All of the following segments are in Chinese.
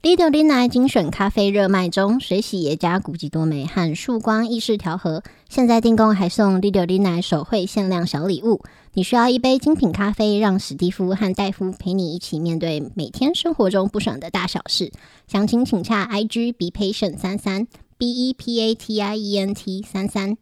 Lido Lina 精选咖啡热卖中，水洗耶加古籍多美和束光意式调和，现在订购还送 Lido Lina 手绘限量小礼物。你需要一杯精品咖啡，让史蒂夫和戴夫陪你一起面对每天生活中不爽的大小事。详情请洽 IG BePatient33 BEPATIENT33。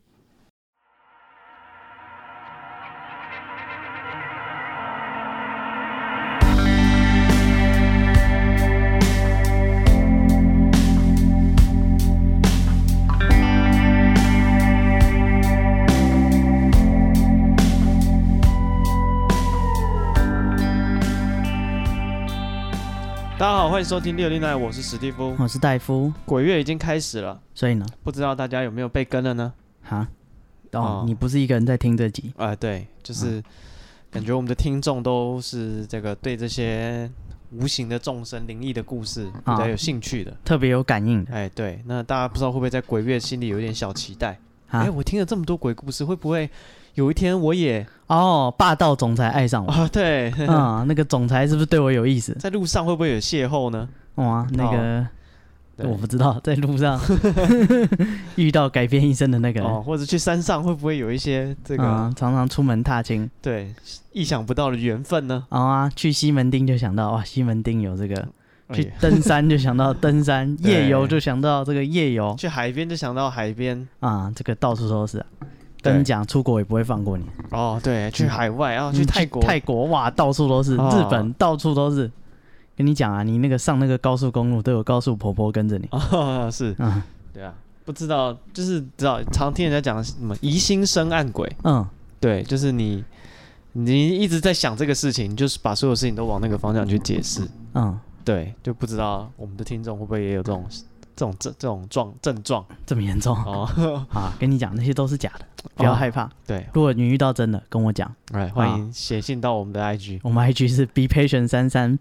大家好，欢迎收听609，我是史蒂夫， 我是戴夫。 鬼月已经开始了， 所以呢， 不知道大家有没有被跟了呢？ 哈，你不是一个人在听这集对，就是感觉我们的听众都是这个对这些无形的众生、灵异的故事比较有兴趣的， 特别有感应的。 对，那大家不知道会不会在鬼月心里有一点小期待？我听了这么多鬼故事，会不会有一天我也霸道总裁爱上我对， 那个总裁是不是对我有意思？ 在路上会不会有邂逅呢？ 那个我不知道，在路上遇到改变一生的那个人或者去山上会不会有一些这个常常出门踏青， 对，意想不到的缘分呢？ 去西门町就想到西门町有这个。去登山就想到登山，夜游就想到这个夜游， 去海边就想到海边这个到处都是。跟你讲，出国也不会放过你。 对，去海外去泰国， 哇，到处都是，日本到处都是。跟你讲你那个上那个高速公路都有高速婆婆跟着你。 是，对啊，不知道，就是知道常听人家讲什么疑心生暗鬼。对，就是你一直在想这个事情，你就是把所有事情都往那个方向去解释。对，就不知道我们的听众会不会也有这种症状这么严重跟你讲，那些都是假的，不要害怕。 对， 如果你遇到真的，跟我讲。 欢迎写信到我们的 IG， 我们 IG 是 BePatient33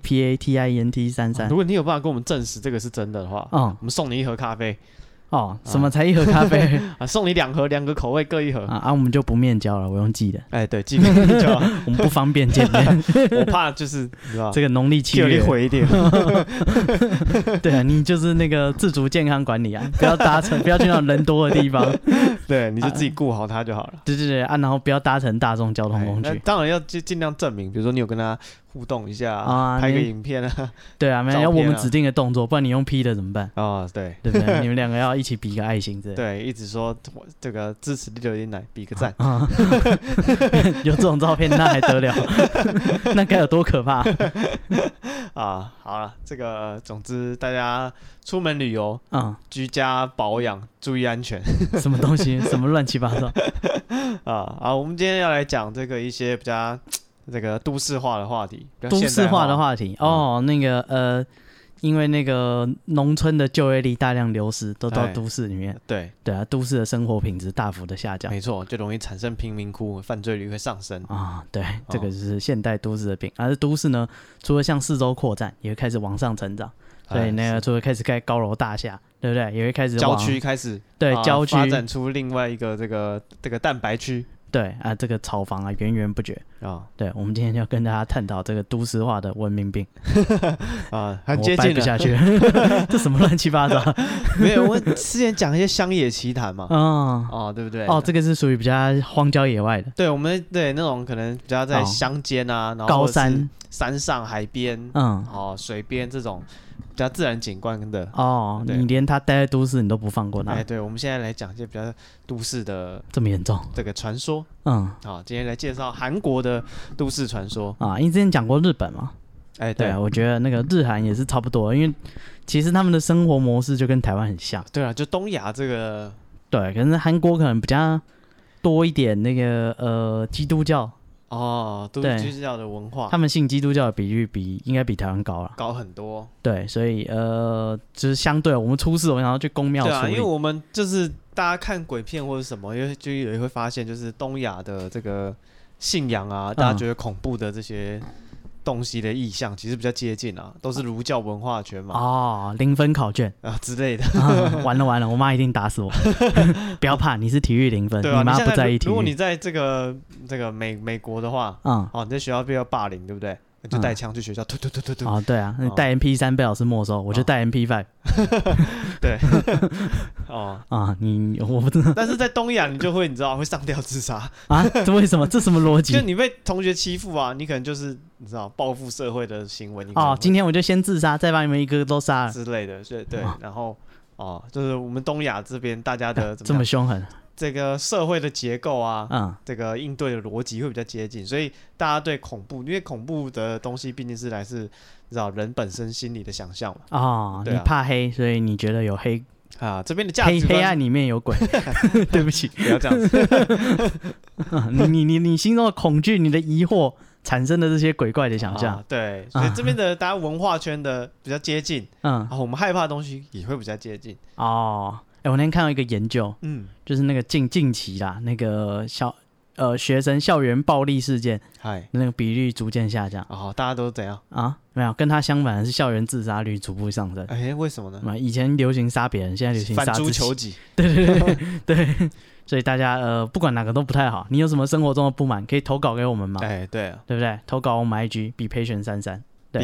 BEPATIENT33。 如果你有办法跟我们证实这个是真的话，我们送你一盒咖啡。 什么才一盒咖啡送你2盒，2个口味各1盒我们就不面交了，我用寄的。 对，寄面交我们不方便见面我怕就是你知道这个农历7月回一点对你就是那个自主健康管理不要搭乘，不要去那种人多的地方对，你就自己顾好它就好了。 对然后不要搭乘大众交通工具。 当然要尽量证明，比如说你有跟他互动一下拍个影片对没有要我们指定的动作，不然你用 P 的怎么办对不对？你们2个要一起比个爱心之类的。 对，一直说这个支持Lido Lina，比个赞有这种照片那还得了那该有多可怕好了，这个总之大家出门旅游居家保养注意安全什么东西什么乱七八糟我们今天要来讲这个一些比较这个都市化的话题， 都市化的话题那个因为那个农村的就业力大量流失，都到都市里面。对都市的生活品质大幅的下降， 没错，就容易产生贫民窟，犯罪率会上升对，这个就是现代都市的病。而都市呢，除了向四周扩展，也会开始往上成长。所以那个除了开始盖高楼大厦，对不对？也会开始郊区开始郊区发展出另外一个这个蛋白区。 对这个炒房源源不绝对，我们今天要跟大家探讨这个都市化的文明病很接近了， 我掰不下去这什么乱七八糟没有，我之前讲一些乡野奇谈嘛对不对这个是属于比较荒郊野外的。 对，我们对那种可能比较在乡间然后高山山上海边水边这种比较自然景观的你连他待在都市你都不放过他对，我们现在来讲一些比较都市的这么严重这个传说今天来介绍韩国的都市传说因为之前讲过日本嘛对我觉得那个日韩也是差不多，因为其实他们的生活模式就跟台湾很像。 对就东亚这个对，可是韩国可能比较多一点那个基督教都是基督教的文化， 他们信基督教的比率应该比台湾高很多。 对，所以就是相对我们出事，我们想要去公庙处理。 因为我们就是大家看鬼片或者什么，就也会发现，就是东亚的这个信仰大家觉得恐怖的这些东西的意象，其实比较接近都是儒教文化圈嘛。 0分考卷之类的。 完了，我妈一定打死我。不要怕，你是体育0分， 对你妈不在意体育。 如果你在这个美国的话，你在学校被霸凌，对不对？ 就带枪去学校，突。 哦，对啊，你带 MP3 被老师没收，我就带 MP5。 对，哦啊，我不知道。 但是在东亚，你就会你知道会上吊自杀啊？这为什么？这什么逻辑？ 就你被同学欺负啊，你可能就是你知道报复社会的行为。 哦，今天我就先自杀，再把你们一个个都杀了之类的，对，然后就是我们东亚这边大家的这么凶狠。 这个社会的结构啊，这个应对的逻辑会比较接近，所以大家对恐怖，因为恐怖的东西毕竟是来自你知道人本身心理的想象嘛。 哦，你怕黑，所以你觉得有黑啊？这边的价值观黑暗里面有鬼。对不起， 不要这样子。 你心中的恐惧，你的疑惑产生的这些鬼怪的想象， 对，所以这边的大家文化圈的比较接近，我们害怕的东西也会比较接近。 哦。我那天看到一个研究，就是那个近期啦，那个学生校园暴力事件，那个比率逐渐下降。 大家都怎样啊？没有，跟他相反的是校园自杀率逐步上升。 为什么呢？ 以前流行杀别人，现在流行杀自己。 反诛求己。 对，所以大家不管哪个都不太好。你有什么生活中的不满，可以投稿给我们吗？ 对啊， 对不对？投稿我们 IG bepatient33。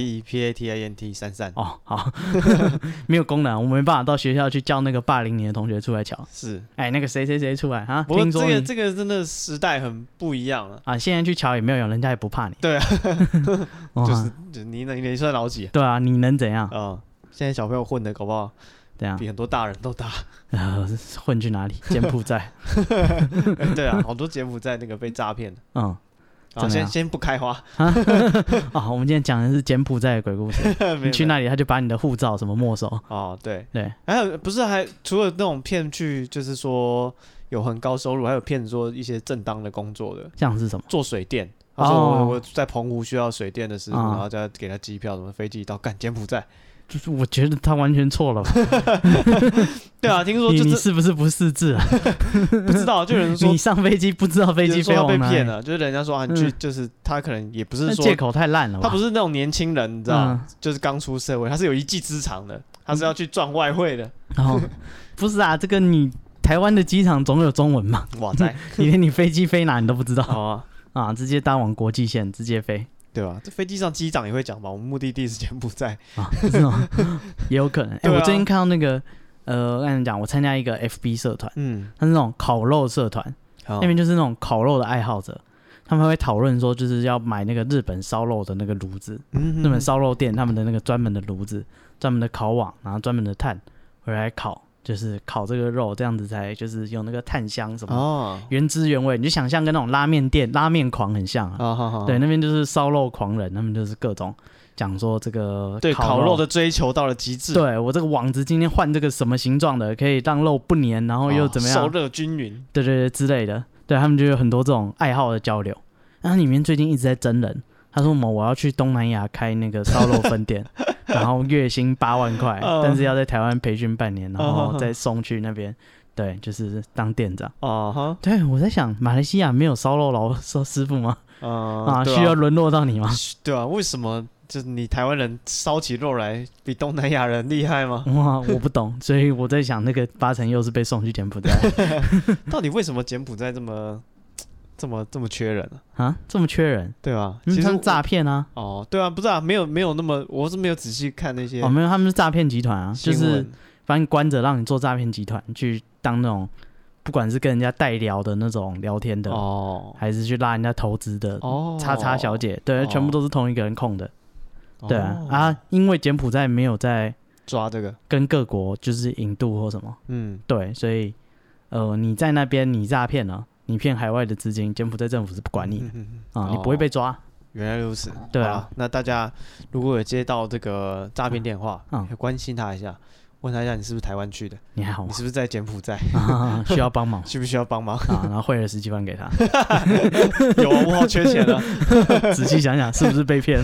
BEPATIENT33。 好，没有功能，我们没办法到学校去叫那个霸凌你的同学出来瞧。 是， 那个谁出来啊？ 不过这个真的时代很不一样了啊！现在去瞧也没有用，人家也不怕你。 对啊，就是你算老几？ 对啊，你能怎样？ 现在小朋友混的搞不好怎样？比很多大人都大。 混去哪里？柬埔寨。 对啊，好多柬埔寨那个被诈骗的。先不开花我们今天讲的是柬埔寨的鬼故事。你去那里，他就把你的护照什么没收。 对，还有不是除了那种骗去，就是说有很高收入，还有骗说一些正当的工作的， 像是什么做水电。他说我在澎湖需要水电的师傅，然后再给他机票，什么飞机到柬埔寨。 就是我觉得他完全错了吧。 对啊，听说你是不是不识字啊？ 不知道，就有人说你上飞机不知道飞机飞往哪里， 被骗了。就是人家说你去，就是他可能也不是说借口太烂了吧， 他不是那种年轻人，你知道，就是刚出社会，他是有一技之长的，他是要去赚外汇的。 不是啊，这个你台湾的机场总有中文嘛？ 哇塞， 你连你飞机飞哪你都不知道直接搭往国际线直接飞。 对吧？这飞机上机长也会讲吧？我们目的地是柬埔寨是吗？也有可能。我最近看到那个跟你讲，我参加一个 FB 社团，它是那种烤肉社团，那边就是那种烤肉的爱好者，他们会讨论说，就是要买那个日本烧肉的那个炉子，日本烧肉店他们的那个专门的炉子、专门的烤网，然后专门的炭回来烤。就是烤这个肉，这样子才就是用那个炭香什么原汁原味，你就想象跟那种拉面店拉面狂很像啊。对，那边就是烧肉狂人，他们就是各种讲说这个对烤肉的追求到了极致。 对，我这个网子今天换这个什么形状的，可以让肉不粘，然后又怎么样受热均匀。 对之类的。对，他们就有很多这种爱好的交流。那里面最近一直在真人，他说我要去东南亚开那个烧肉分店。然后月薪8万块，但是要在台湾培训半年，然后再送去那边，对，就是当店长。对，我在想，马来西亚没有烧肉师傅吗？需要沦落到你吗？ 对啊，为什么就是你台湾人烧起肉来比东南亚人厉害吗？ 哇，我不懂，所以我在想，那个8成又是被送去柬埔寨。 到底为什么柬埔寨这么缺人啊？这么缺人？ 对吧？ 其实他们诈骗啊。 对啊，不是啊，没有那么，我是没有仔细看那些。 没有，他们是诈骗集团啊，就是把你关着，让你做诈骗集团，去当那种不管是跟人家代聊的那种聊天的，还是去拉人家投资的，叉叉小姐，对，全部都是同一个人控的。对啊，因为柬埔寨没有在抓这个， 跟各国就是引渡或什么，对，所以你在那边你诈骗了。你骗海外的资金，柬埔寨政府是不管你的你不会被抓。 原来如此， 对啊。 那大家如果有接到这个诈骗电话，关心他一下，问他一下你是不是台湾去的？ 你还好吗？ 你是不是在柬埔寨？ 需要帮忙？ 需不需要帮忙？ 然后汇了10几万给他。 有啊，我好缺钱啊！ 仔细想想，是不是被骗？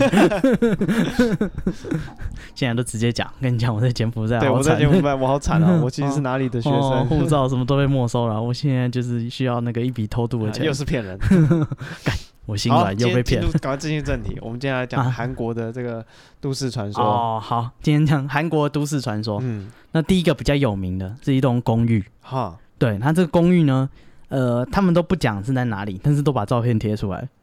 现在都直接讲，跟你讲我在柬埔寨， 对，我在柬埔寨，我好惨啊！我其实是哪里的学生， 护照什么都被没收了，我现在就是需要那个一笔偷渡的钱， 又是骗人。 干，我心软又被骗。 赶快进入正题，我们接下来讲韩国的这个都市传说。 好，今天讲韩国的都市传说。那第一个比较有名的是一栋公寓。对，它这个公寓呢，他们都不讲是在哪里，但是都把照片贴出来。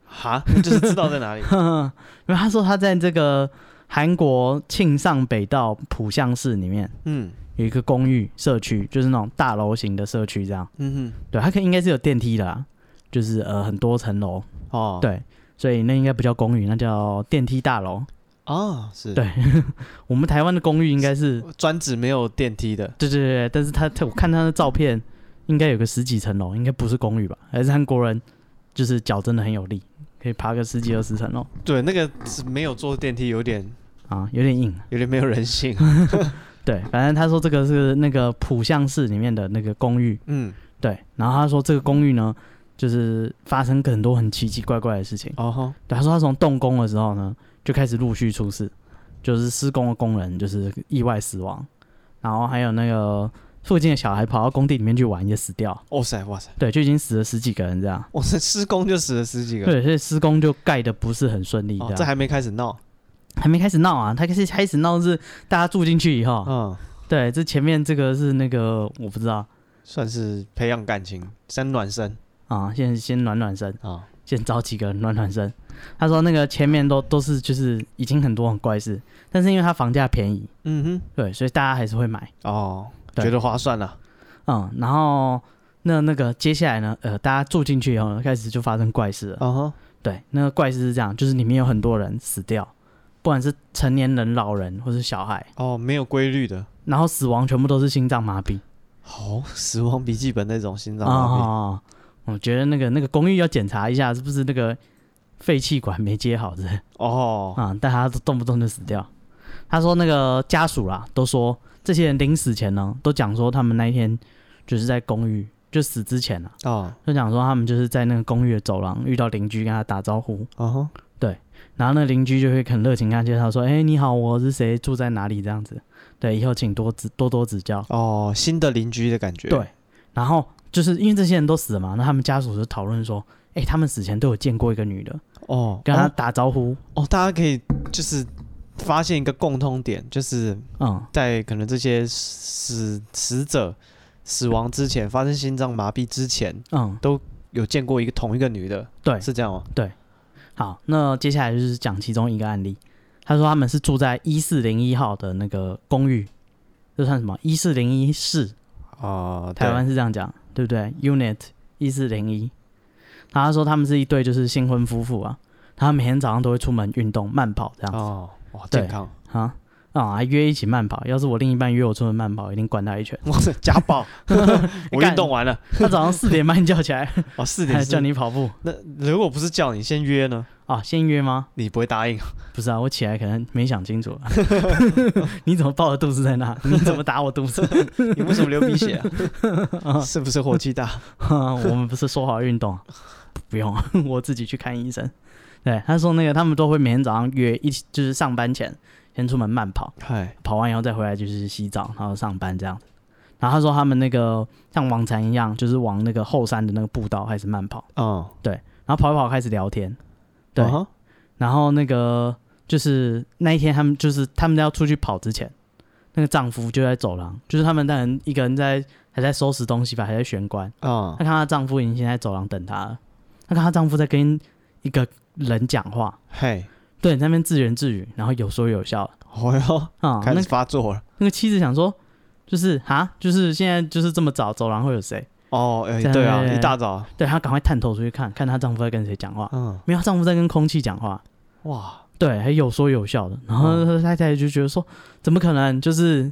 哈，就是知道在哪里。 因为他说他在这个韩国庆尚北道浦项市里面，有一个公寓社区，就是那种大楼型的社区这样。对，它应该是有电梯的啦，就是很多层楼。哦，对，所以那应该不叫公寓，那叫电梯大楼。 哦，是。 对，我们台湾的公寓应该是专指没有电梯的。 对对对，但是我看他的照片，应该有个10几层楼，应该不是公寓吧？还是韩国人就是脚真的很有力，可以爬个10几20层楼。 对，那个没有坐电梯有点硬， 有点没有人性。 对，反正他说这个是那个浦项市里面的那个公寓。对，然后他说这个公寓呢，就是发生很多很奇奇怪怪的事情。对，他说他从动工的时候呢，就开始陆续出事，就是施工的工人就是意外死亡，然后还有那个附近的小孩跑到工地里面去玩也死掉。哇塞！对，就已经死了10几个人这样。 哇塞，施工就死了10几个。 对，所以施工就盖的不是很顺利。 这还没开始闹。 还没开始闹啊，他开始闹是大家住进去以后。对，这前面这个是那个我不知道， 算是培养感情，先暖身啊，先暖身啊，先找几个人暖身。他说那个前面都是就是已经很多很怪事，但是因为他房价便宜，对，所以大家还是会买觉得划算了。 然后那个接下来呢，大家住进去以后呢，开始就发生怪事了。对，那个怪事是这样，就是里面有很多人死掉。不管是成年人、老人或是小孩， 没有规律的， 然后死亡全部都是心脏麻痹。 死亡笔记本那种心脏麻痹。 我觉得那个公寓要检查一下，是不是那个废气管没接好之类。但他都动不动就死掉。他说那个家属啦，都说这些人临死前呢，都讲说他们那一天就是在公寓就死之前就讲说他们就是在那个公寓的走廊遇到邻居跟他打招呼。对，然后那邻居就会很热情跟他介绍说：“你好，我是谁，住在哪里？”这样子，对，以后请多多指教。 新的邻居的感觉。 对，然后就是因为这些人都死了嘛，那他们家属就讨论说：“他们死前都有见过一个女的，跟他打招呼。” 大家可以就是发现一个共通点，就是在可能这些死者死亡之前，发生心脏麻痹之前，都有见过同一个女的。 对， 是这样吗？ 对。好，那接下来就是讲其中一个案例。他说他们是住在1401号的那个公寓，这算什么？1401室台湾是这样讲，对不对 ？Unit 1401。然后他说他们是一对就是新婚夫妇啊，他们每天早上都会出门运动慢跑这样子。 健康还约一起慢跑。要是我另一半约我出门慢跑，一定灌他一拳。 家暴！我运动完了， 他早上4点把你叫起来 ，4点叫你跑步。 那如果不是叫你，先约呢？ 先约吗？ 你不会答应？ 不是啊，我起来可能没想清楚。你怎么抱着肚子在那？你怎么打我肚子？ 你为什么流鼻血啊？是不是火气大？ 我们不是说好运动？不用，我自己去看医生。对，他说那个他们都会每天早上约就是上班前先出门慢跑，跑完以后再回来就是洗澡，然后上班这样子。然后他说他们那个像往常一样，就是往那个后山的那个步道开始慢跑。对，然后跑一跑开始聊天。对，然后那个就是那一天他们要出去跑之前，那个丈夫就在走廊，就是他们当然一个人还在收拾东西吧，还在玄关。她看她丈夫已经先在走廊等她了，她看她丈夫在跟一个人讲话。对，在那边自言自语，然后有说有笑。 开始发作了。 那个妻子想说，就是现在就是这么早，走廊会有谁？ 对啊，一大早。 对，她赶快探头出去看她丈夫在跟谁讲话。没有，她丈夫在跟空气讲话。哇，对，还有说有笑的。然后太太就觉得说，怎么可能？就是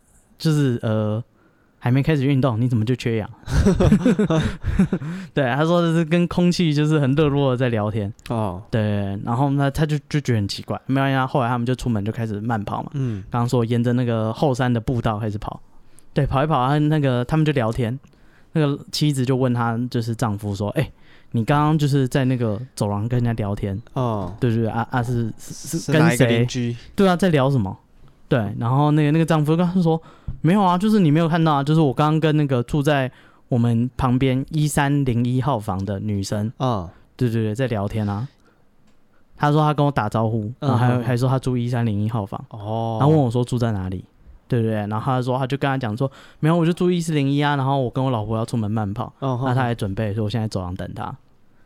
还没开始运动，你怎么就缺氧？对，他说的是跟空气就是很热络的在聊天。对，然后呢，他就觉得很奇怪，没关系。后来他们就出门就开始慢跑嘛。刚刚说沿着那个后山的步道开始跑。对，跑一跑，他们就聊天。那个妻子就问他，就是丈夫说：“你刚刚就是在那个走廊跟人家聊天，对对对，是跟谁？对啊，在聊什么？对，然后那个丈夫跟他说没有啊，就是你没有看到啊，就是我刚刚跟那个住在我们旁边1301号房的女生，对对对，在聊天啊。他说他跟我打招呼，然后还说他住1301号房，然后问我说住在哪里。”对对对，然后他就跟他讲说，没有，我就住1401啊，然后我跟我老婆要出门慢跑，那他还准备，所以我现在走廊等他。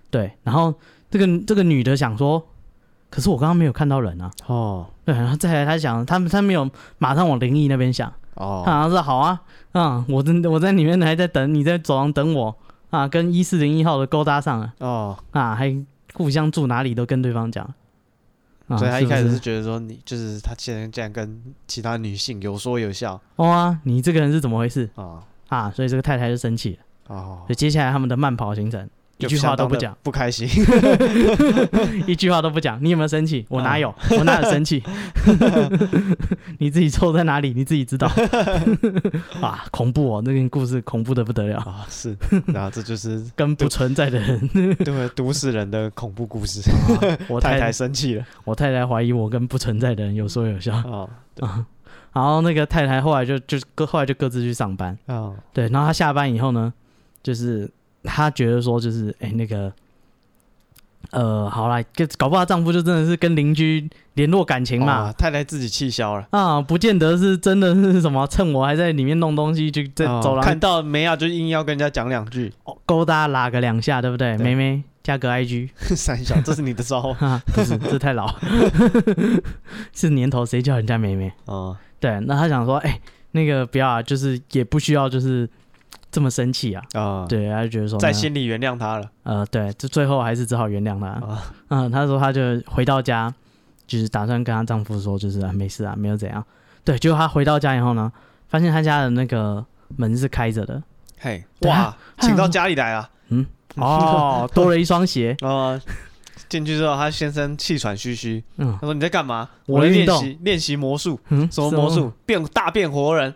对，然后这个女的想说，可是我刚刚没有看到人啊。哦，对，然后再来他想，他没有马上往灵异那边想。哦，他好像说好啊，我在里面还在等你，在走廊等我啊，跟1401号的勾搭上了。哦，啊，还互相住哪里都跟对方讲。 所以他一开始是觉得说你就是他现在竟然跟其他女性有说有笑。 哦你这个人是怎么回事？所以这个太太就生气了。所以接下来他们的慢跑行程一句话都不讲， 不开心， 一句话都不讲。你有没有生气？我哪有？我哪有生气？你自己错在哪里？你自己知道。恐怖哦！这个故事恐怖的不得了啊！是，然后这就是跟不存在的人， 对，都市人的恐怖故事。我太太生气了， 我太太怀疑我跟不存在的人有说有笑。然后那个太太后来就各自去上班。对，然后她下班以后呢，就是她觉得说就是那个好啦，搞不好丈夫就真的是跟邻居联络感情嘛。 太太自己气消了不见得是真的是什么趁我还在里面弄东西就在走廊看到没啊，就硬要跟人家讲两句， 勾搭拉个2下，对不对？妹妹加个 IG 三小，这是你的招不是，这太老是年头谁叫人家妹妹对，那他想说那个不要啊，就是也不需要就是这么生气啊。对，他就觉得说在心里原谅他了。 对，就最后还是只好原谅他。他说他就回到家，就是打算跟他丈夫说，就是没事啊，没有怎样。对，结果他回到家以后呢，发现他家的那个门是开着的。 嘿，哇，请到家里来了。 多了一双鞋。 进去之后，他先生气喘吁吁。他说：“你在干嘛？” 我在练习魔术。什么魔术？变活人。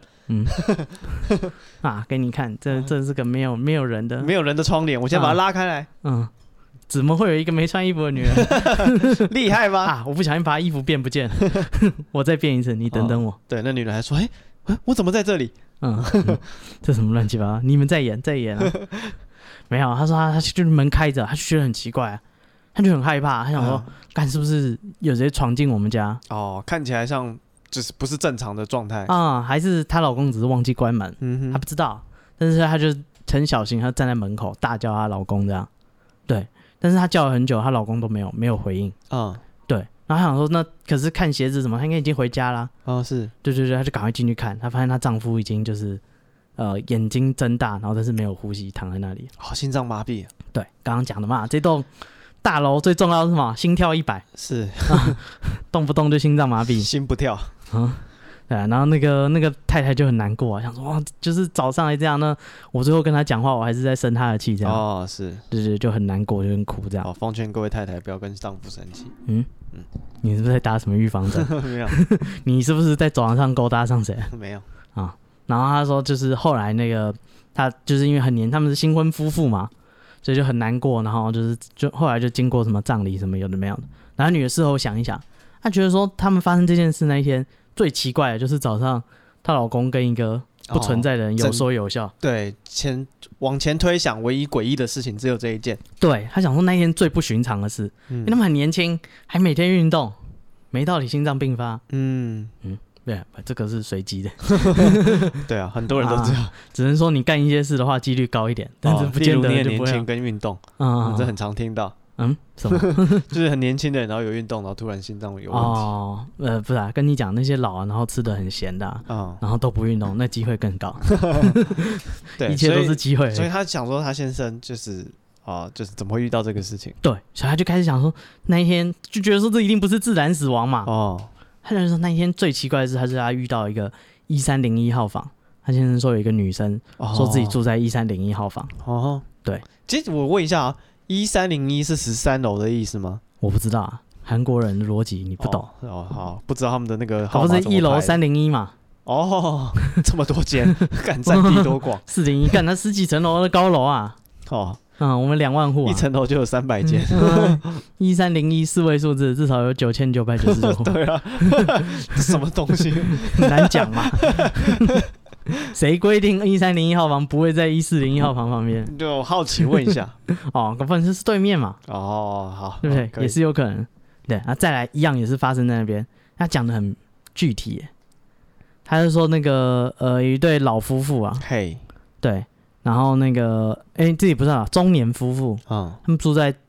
给你看，这是个没有人的窗帘，我先把它拉开来。 怎么会有一个没穿衣服的女人？ 厉害吧？ 我不小心把衣服变不见了，我再变一次，你等等我。 对，那女人还说：“我怎么在这里？” 这什么乱七八糟？你们在演啊？没有，他说他就是门开着，他就觉得很奇怪他就很害怕，他想说，干是不是有谁闯进我们家？ 看起来像就是不是正常的状态还是她老公只是忘记关门，她不知道，但是她就很小心，她站在门口大叫她老公这样，对，但是她叫了很久，她老公都没有回应，对，然后她想说，那可是看鞋子什么，她应该已经回家啦， 是， 对，她就赶快进去看，她发现她丈夫已经就是眼睛睁大，然后但是没有呼吸，躺在那里， 心脏麻痹， 对，刚刚讲的嘛，这栋大楼最重要的是什么？心跳100， 是， 动不动就心脏麻痹， 心不跳。 对，然后那个太太就很难过想说就是早上还这样呢，我最后跟他讲话，我还是在生他的气这样。 是， 对，就很难过，就很苦这样。 奉劝各位太太不要跟丈夫生气。 你是不是在打什么预防针？ 没有。 你是不是在走廊上勾搭上谁？ 没有。 然后他说，就是后来那个他就是因为他们是新婚夫妇嘛。所以就很难过，然后就后来就经过什么葬礼什么有的没有的，然后女的事后想一想，她觉得说他们发生这件事那一天最奇怪的就是早上她老公跟一个不存在的人有说有笑。 对，往前推想，唯一诡异的事情只有这一件。 对，她想说那一天最不寻常的事，因为他们很年轻，还每天运动，没道理心脏病发。对，这个是随机的。 对啊，很多人都这样。 只能说你干一些事的话，几率高一点，但是不见得就年轻跟运动，这很常听到。 什么？ 就是很年轻的人，然后有运动，然后突然心脏有问题。 不是跟你讲那些老然后吃的很咸的然后都不运动，那机会更高。 对， 一切都是机会。 所以他想说，他先生就是怎么会遇到这个事情？ 对，所以他就开始想说，那一天就觉得说这一定不是自然死亡嘛。他就说那一天最奇怪的是，他遇到一个1301号房。他先生说有一个女生说自己住在1301号房。对。 其实我问一下1301是13楼的意思吗？ 我不知道韩国人的逻辑你不懂。 好，不知道他们的那个号码不是1楼301嘛？ 这么多间，干占地多广。 401，干他10几层楼的高楼啊。我们2万户一层楼就有300间。 13014位数字，至少有9999户。 对啊，什么东西？ 难讲嘛。谁规定1301号房不会在1401号房旁边？ 就好奇问一下。 搞不好是对面嘛。 好， 对不对？也是有可能。对，再来一样也是发生在那边。他讲的很具体，他是说那个有一对老夫妇啊。对。然后那个自己不知道中年夫妇他们住在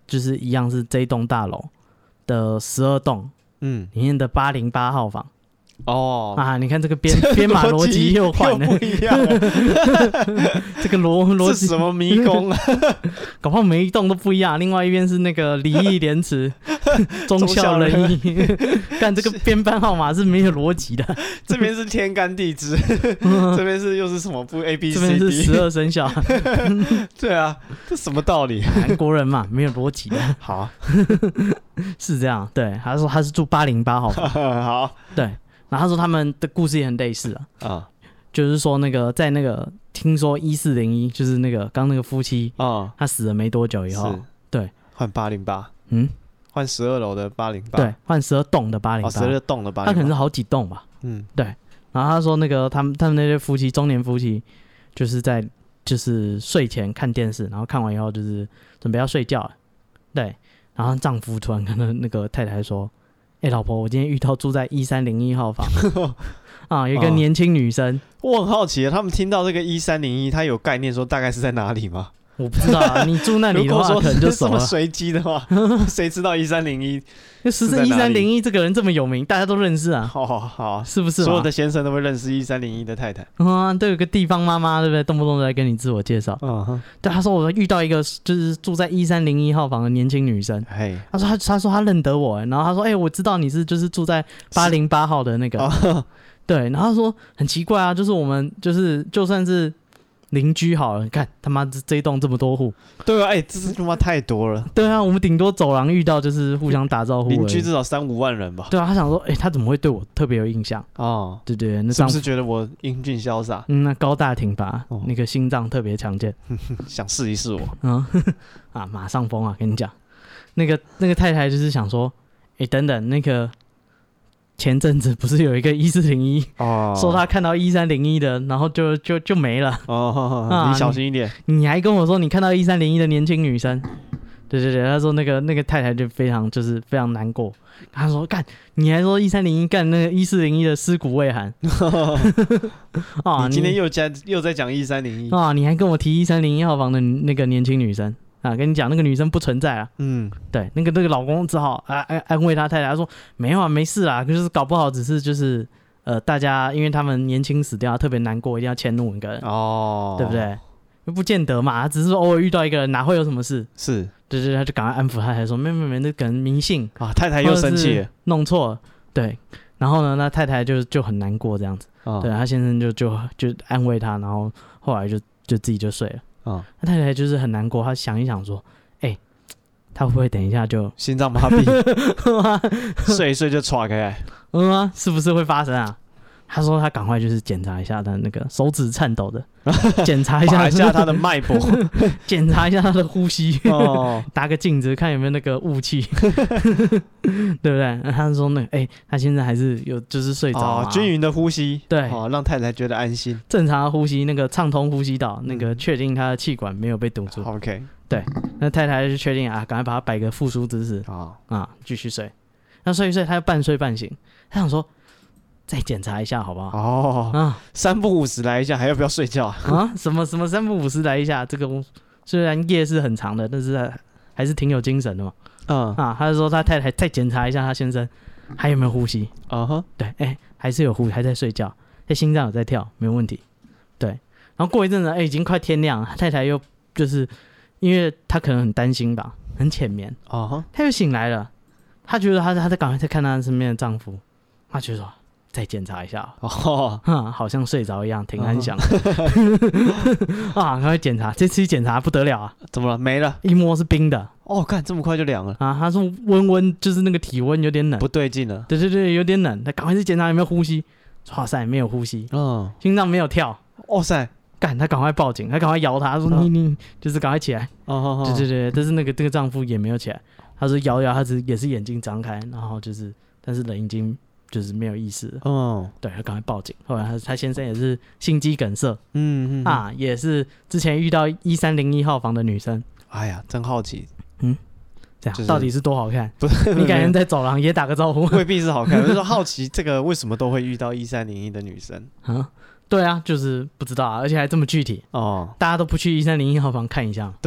就是一样是这一栋大楼的12栋，里面的808号房。你看这个编码逻辑又换了， 不一样了。 这个逻辑是什么迷宫啊？ 搞不好每一栋都不一样。另外一边是那个礼义廉耻、忠孝仁义，看这个编班号码是没有逻辑的。 这边是天干地支，这边是又是什么不 A B C D？ 这边是12生肖。 对啊，这什么道理？ 韩国人嘛，没有逻辑的。 好， 是这样。对，他说他是住808号房。 好， 对。然后他说他们的故事也很类似就是说那个在那个听说1401，就是那个刚那个夫妻他死了没多久以后，对， 换808，换12楼的808， 对，换12栋的808，12 栋的808， 他可能是好几栋吧，对。然后他说那个他们那对夫妻，中年夫妻，就是在就是睡前看电视，然后看完以后就是准备要睡觉了，对。然后丈夫突然跟那个太太说。老婆，我今天遇到住在1301号房有一个年轻女生。 我很好奇，他们听到这个1301，他有概念说大概是在哪里吗？ 我不知道啊，你住那里的话可能就熟了。 这么随机的话，谁知道1301？ 那实质1301这个人这么有名，大家都认识啊。 好， 是不是？ 所有的先生都会认识1301的太太。 都有个地方妈妈，对不对？动不动都在跟你自我介绍。对，他说我遇到一个就是住在1301号房的年轻女生。他说他认得我，然后他说我知道你是就是住在808号的那个。对，然后他说很奇怪啊，就是我们就是就算是。邻居好了，你看他妈这一栋这么多户， 对啊，这是他妈太多了。 对啊，我们顶多走廊遇到就是互相打招呼， 邻居至少3-5万人吧。 对啊，他想说，他怎么会对我特别有印象？对对，那是不是觉得我英俊潇洒？ 那高大挺拔，那个心脏特别强健， 想试一试我。 马上疯啊！跟你讲，那个太太就是想说，等等那个。前阵子不是有一个1401说他看到1301的，然后就没了你小心一点。 你还跟我说你看到1301的年轻女生，对，他说那个太太就非常难过。他说干，你还说1301干那个1401的尸骨未寒你今天又在讲1301 你还跟我提1301号房的那个年轻女生。跟你讲，那个女生不存在啊。对，那个老公只好安慰他太太，他说没有啊，没事啦，就是搞不好只是就是大家因为他们年轻死掉，特别难过，一定要迁怒一个人对不对？不见得嘛，只是说偶尔遇到一个人，哪会有什么事？是，对，他就赶快安抚太太说，没，那可能迷信太太又生气了， 弄错了，对。然后呢，那太太就很难过这样子，对，他先生就安慰他，然后后来就自己就睡了。那太太就是很难过，她想一想说，他会不会等一下就心脏麻痹，睡一睡就岔开来？ 是不是会发生啊？他说他赶快就是检查一下他那个手指颤抖的，检查一下他的脉搏， 检查一下他的呼吸，打个镜子看有没有那个雾气，对不对？他说他现在还是有就是睡着均匀的呼吸， 对， 让太太觉得安心， 正常的呼吸，那个畅通呼吸道，那个确定他的气管没有被堵住。 OK， 对，那太太就确定赶快把他摆个复苏姿势继续睡。那睡一睡，他就半睡半醒，他想说。再检查一下好不好 ？3不5时来一下，还要不要睡觉什么3不5时来一下？这个虽然夜是很长的，但是还是挺有精神的嘛。他就说他太太再检查一下他先生还有没有呼吸。对，还是有呼吸，还在睡觉，心脏有在跳，没有问题。对，然后过一阵子，已经快天亮了，太太又就是因为他可能很担心吧，很浅眠他又醒来了，他觉得他在赶快在看他身边的丈夫，他觉得说。再检查一下好像睡着一样，挺安详赶快检查，这次一检查不得了啊！ 怎么了？没了， 一摸是冰的看这么快就凉了他说温就是那个体温有点冷， 不对劲了。 对，有点冷，他赶快去检查有没有呼吸。哇塞，没有呼吸，心脏没有跳， 哇塞， 干他赶快报警，他赶快摇他说你就是赶快起来。对，但是那个丈夫也没有起来，他说摇他也是眼睛张开，然后就是但是人已经。就是没有意识对，他赶快报警。后来他先生也是心肌梗塞，也是之前遇到1301号房的女生。 哎呀，真好奇， 这样到底是多好看？不是你感觉在走廊也打个招呼， 未必是好看，我就说好奇这个为什么都会遇到1301的女生对啊，就是不知道而且还这么具体大家都不去1301号房看一下， 对啊，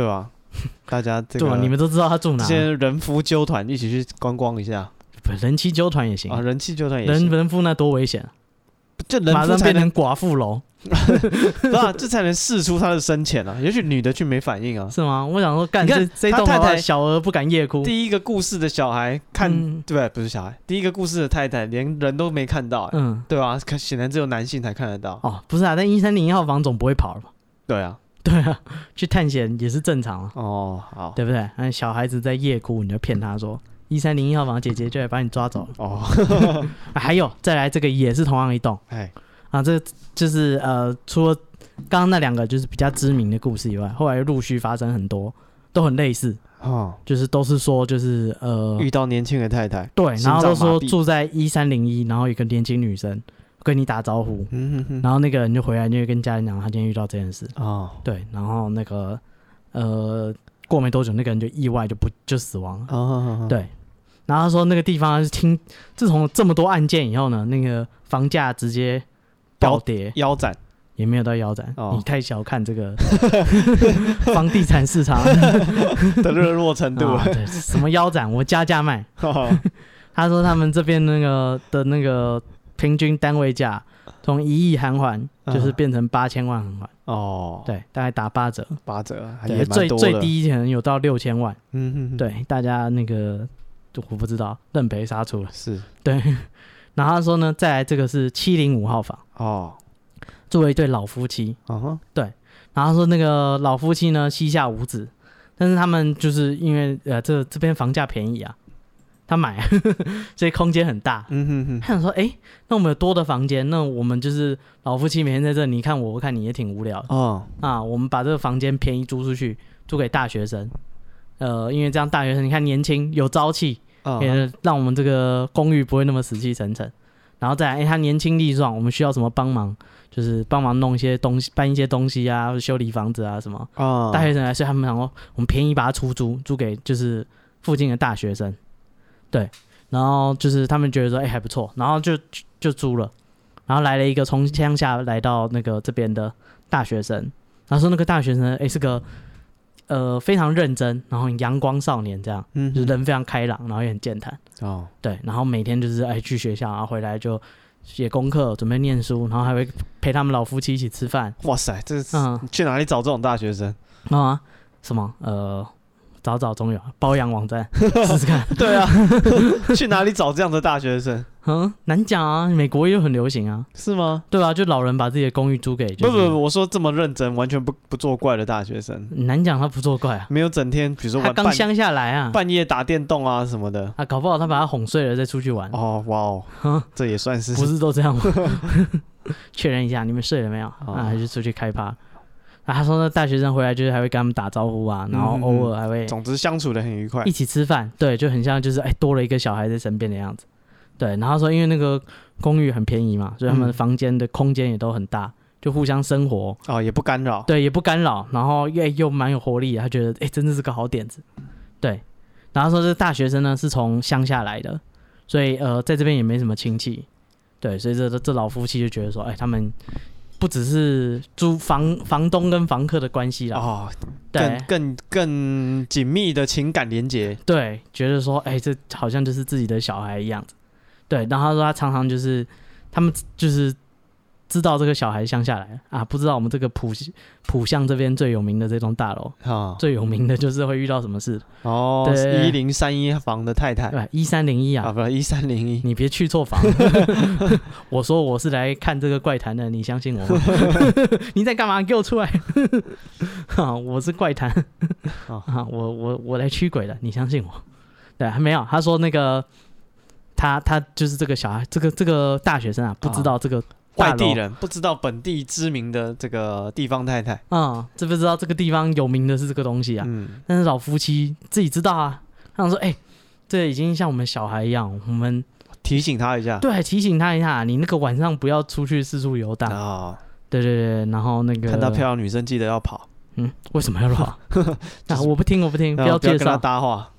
大家这个你们都知道他住哪， 这些人夫揪团一起去观光一下， 人妻揪团也行啊，人妻揪团也行， 人夫那多危险， 就人夫马上变成寡妇楼。 对啊，这才能试出他的深浅啊！也许女的去没反应啊， 是吗？我想说，干这栋太太小儿不敢夜哭。 第一个故事的小孩看，对，不是小孩，第一个故事的太太连人都没看到，对吧？显然只有男性才看得到。 哦，不是啊，但1301号房总不会跑了吧？ 对啊， 对啊，去探险也是正常啊。 哦，好， 对不对？那小孩子在夜哭，你就骗他说1301号房姐姐就来把你抓走了。哦，还有再来这个也是同样一栋，哎。啊，这就是除了刚刚那2个就是比较知名的故事以外，后来又陆续发生很多，都很类似哦，就是都是说就是遇到年轻的太太， 对，然后都说住在1301，然后有一个年轻女生跟你打招呼，然后那个人就回来就会跟家人讲他今天遇到这件事哦，对，然后那个过没多久那个人就意外就死亡了哦，对。然后他说那个地方是自从这么多案件以后呢，那个房价直接暴跌， 腰斩也没有到腰斩，你太小看这个房地产市场的热络程度了。 对，什么腰斩，我加价卖。他说他们这边那个平均单位价从1亿韩元就是变成8000万韩元。哦，对，大概打8折 ，8折， 对，最低可能有到6000万。对，大家那个我不知道，认赔杀出了。是，对。然后他说呢，再来这个是705号房哦，作为一对老夫妻，对。然后他说那个老夫妻呢膝下无子，但是他们就是因为这边房价便宜啊，他买，所以空间很大。他想说，那我们有多的房间，那我们就是老夫妻每天在这，你看我看你也挺无聊的哦。啊，我们把这个房间便宜租出去，租给大学生。因为这样大学生你看年轻有朝气。也让我们这个公寓不会那么死气沉沉，然后再来，他年轻力壮，我们需要什么帮忙？就是帮忙弄一些东西，搬一些东西啊，或者修理房子啊什么。大学生来，所以他们想说，我们便宜把它租给就是附近的大学生，对。然后就是他们觉得说，还不错，然后就租了。然后来了一个从乡下来到那个这边的大学生，然后说那个大学生是个。非常认真，然后阳光少年这样，就是人非常开朗，然后也很健谈哦，对，然后每天就是去学校，然后回来就写功课，准备念书，然后还会陪他们老夫妻一起吃饭。 哇塞，这去哪里找这种大学生啊？什么找总有包养网站试试看。 对啊，去哪里找这样的大学生？ 难讲啊，美国也很流行啊， 是吗？ 对啊，就老人把自己的公寓租给，不， 我说这么认真，完全不作怪的大学生， 难讲他不作怪啊， 没有整天，比如说他刚乡下来啊， 半夜打电动啊什么的， 搞不好他把他哄睡了再出去玩。 哦，哇哦，这也算是不是都这样吗？确认一下你们睡了没有还是出去开趴。他说那大学生回来就是还会跟他们打招呼啊，然后偶尔还会， 总之相处的很愉快， 一起吃饭，对，就很像就是多了一个小孩在身边的样子，对。然后说因为那个公寓很便宜嘛，所以他们房间的空间也都很大，就互相生活也不干扰， 对，也不干扰，然后又蛮有活力的，他觉得真的是个好点子，对。然后说这大学生呢是从乡下来的，所以在这边也没什么亲戚，对，所以这老夫妻就觉得说他们。不只是租房东跟房客的关系啦，对， 更紧密的情感连结， 对，觉得说，这好像就是自己的小孩一样子，对。然后他说他常常就是他们就是知道这个小孩乡下来啊，不知道我们这个浦项这边最有名的这栋大楼最有名的就是会遇到什么事 1031房的太太， 对，1301啊， 不是1301， 你別去错房。我说我是来看这个怪谈的，你相信我吗？你在干嘛？给我出来！我是怪谈，我来驱鬼的，你相信我？对，还没有。他说那个他就是这个小孩，这个大学生啊，不知道这个。 外地人不知道本地知名的这个地方太太， 知不知道这个地方有名的是这个东西啊？但是老夫妻自己知道啊。他想说，这已经像我们小孩一样，我们提醒他一下， 对，提醒他一下，你那个晚上不要出去四处游荡啊。对对对，然后那个看到漂亮女生记得要跑。 为什么要跑？我不听，不要介绍， 跟他搭话。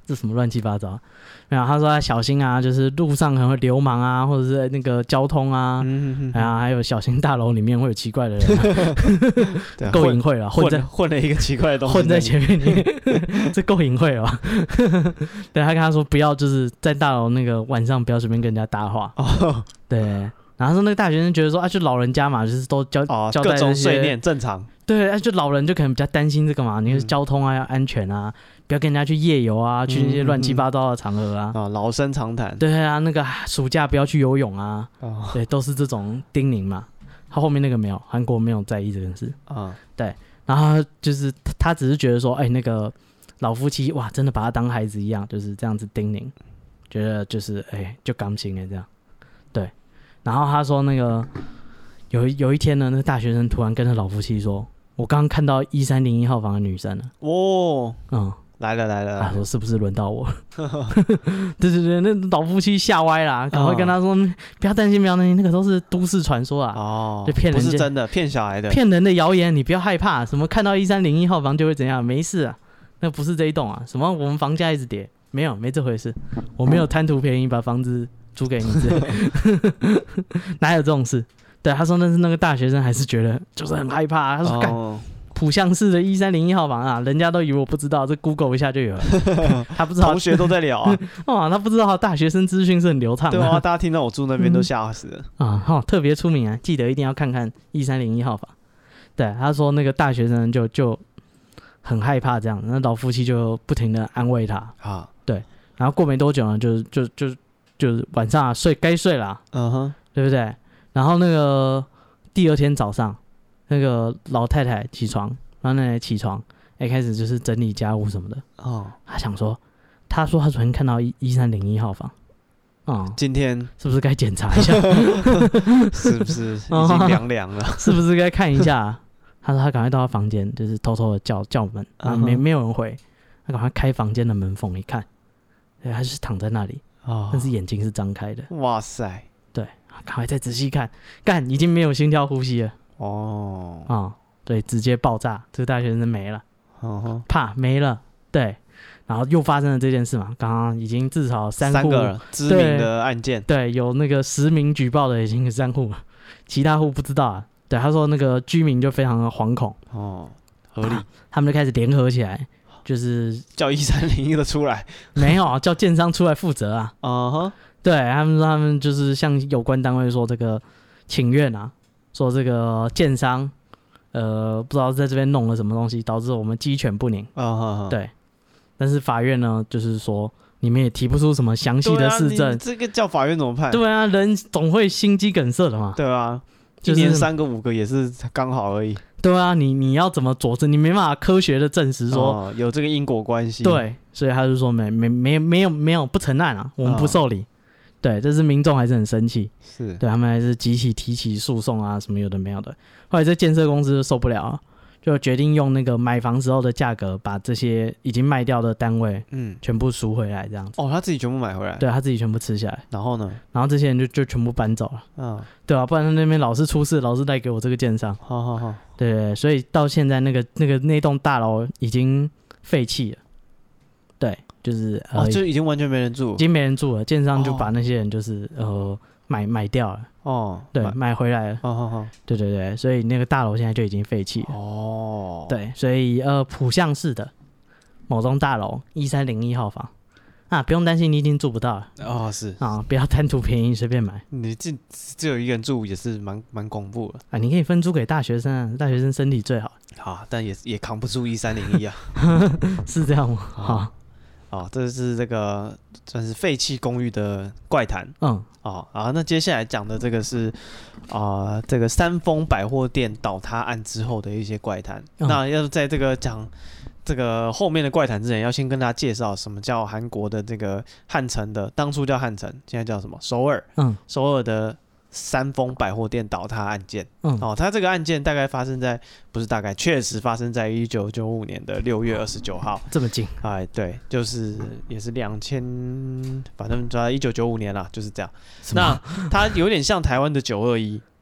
这什么乱七八糟？没有，他说他小心啊，就是路上可能会流氓啊，或者是那个交通啊，还有小心大楼里面会有奇怪的人，够隐晦了， 混了一个奇怪的东西混在前面，这够隐晦了吧？对，他跟他说不要就是在大楼那个晚上不要随便跟人家搭话，对。然后说那个大学生觉得说就老人家嘛，就是都交代各种碎念正常。 对，就老人就可能比较担心这个嘛，你交通啊要安全啊，不要跟人家去夜游啊，去那些乱七八糟的场合啊。 老生常谈。 对啊，那个暑假不要去游泳啊。对，都是这种叮咛嘛。他后面那个没有，韩国没有在意这件事。对，然后就是他只是觉得说，那个老夫妻哇，真的把他当孩子一样，就是这样子叮咛，觉得就是就甘心了这样。对，然后他说那个有一天呢，那个大学生突然跟那老夫妻说。我刚刚看到1301号房的女生了。 来了。 他说是不是轮到我？对，那老夫妻吓歪啦，赶快跟他说不要担心，那个都是都市传说啊，就骗人， 不是真的，骗小孩的， 骗人的谣言，你不要害怕，什么看到1301号房就会怎样，没事啊，那不是这一栋啊，什么我们房价一直跌，没这回事，我没有贪图便宜把房子租给你之类的，哪有这种事？对，他说那是那个大学生还是觉得就是很害怕，他说干浦项市的1301号房啊，人家都以为我不知道，这 Google 一下就有了。他不知道同学都在聊啊， 他不知道大学生资讯是很流畅的。 对啊，大家听到我住那边都吓死了啊！特别出名啊，记得一定要看看1301号房。对，他说那个大学生就很害怕这样，那老夫妻就不停的安慰他啊。对，然后过没多久呢，就是晚上该睡了，对不对？然后那个第二天早上，那个老太太起床，然后奶奶起床，开始就是整理家务什么的。他想说，他说他昨天看到1301号房， 今天是不是该检查一下？ 是不是已经凉了？ 是不是该看一下？他说他赶快到他房间，就是偷偷的叫门，然后没有人回，他赶快开房间的门缝一看，他就是躺在那里，但是眼睛是张开的。 哇塞！ 对，赶快再仔细看，已经没有心跳呼吸了。对，直接爆炸，这个大学生没了，啪没了。对，然后又发生了这件事嘛，刚刚已经至少三个知名的案件， 对，有那个实名举报的已经3户了，其他户不知道啊。对，他说那个居民就非常的惶恐， 合理， 他们就开始联合起来，就是叫1301的出来， 没有叫建商出来负责啊。对，他们说他们就是向有关单位说这个请愿啊，说这个建商不知道在这边弄了什么东西，导致我们鸡犬不宁。对，但是法院呢，就是说你们也提不出什么详细的事证， 这个叫法院怎么判？ 对啊，人总会心肌梗塞的嘛。 对啊，一年3个5个也是刚好而已。 对啊，你要怎么佐证？你没办法科学的证实说有这个因果关系。 对，所以他就说没有不承认啊，我们不受理。对，这是民众还是很生气， 是对他们还是集体提起诉讼啊，什么有的没有的。后来这建设公司就受不了了，就决定用那个买房时候的价格，把这些已经卖掉的单位，全部赎回来这样子。 他自己全部买回来， 对他自己全部吃下来。 然后呢？ 然后这些人就全部搬走了。对啊，不然他那边老是出事，老是带给我这个建商。 好， 对，所以到现在那栋大楼已经废弃了。对。就是就已经完全没人住， 已经没人住了，建商就把那些人就是买掉了。对，买回来了。对，所以那个大楼现在就已经废弃了。对，所以浦项市的某栋大楼1301号房不用担心，你已经住不到了。 是不要贪图便宜随便买。 你只有一个人住也是蛮恐怖的你可以分租给大学生啊，大学生身体最好。 但也扛不住1301啊。 是这样吗？ 这是这个算是废弃公寓的怪谈。那接下来讲的这个是这个三丰百货店倒塌案之后的一些怪谈。那要在这个讲这个后面的怪谈之前，要先跟大家介绍什么叫韩国的这个汉城的，当初叫汉城，现在叫什么？首尔。首尔的三丰百货店倒塌案件。它这个案件大概发生在，不是大概，确实发生在1995年的6月29号。 这么近？ 对，就是也是反正在1995年啦，就是这样。那它有点像台湾的921。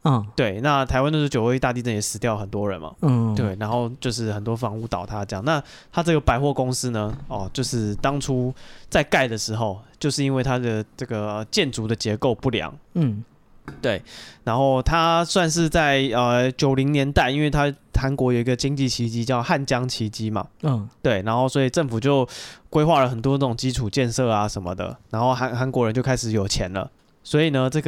对，那台湾就是921大地震也死掉很多人嘛，对，然后就是很多房屋倒塌这样。那他这个百货公司呢，就是当初在盖的时候，就是因为它的这个建筑的结构不良，对，然后它算是在90年代，因为它韩国有一个经济奇迹叫汉江奇迹嘛，对，然后所以政府就规划了很多那种基础建设啊什么的，然后韩国人就开始有钱了。所以呢，这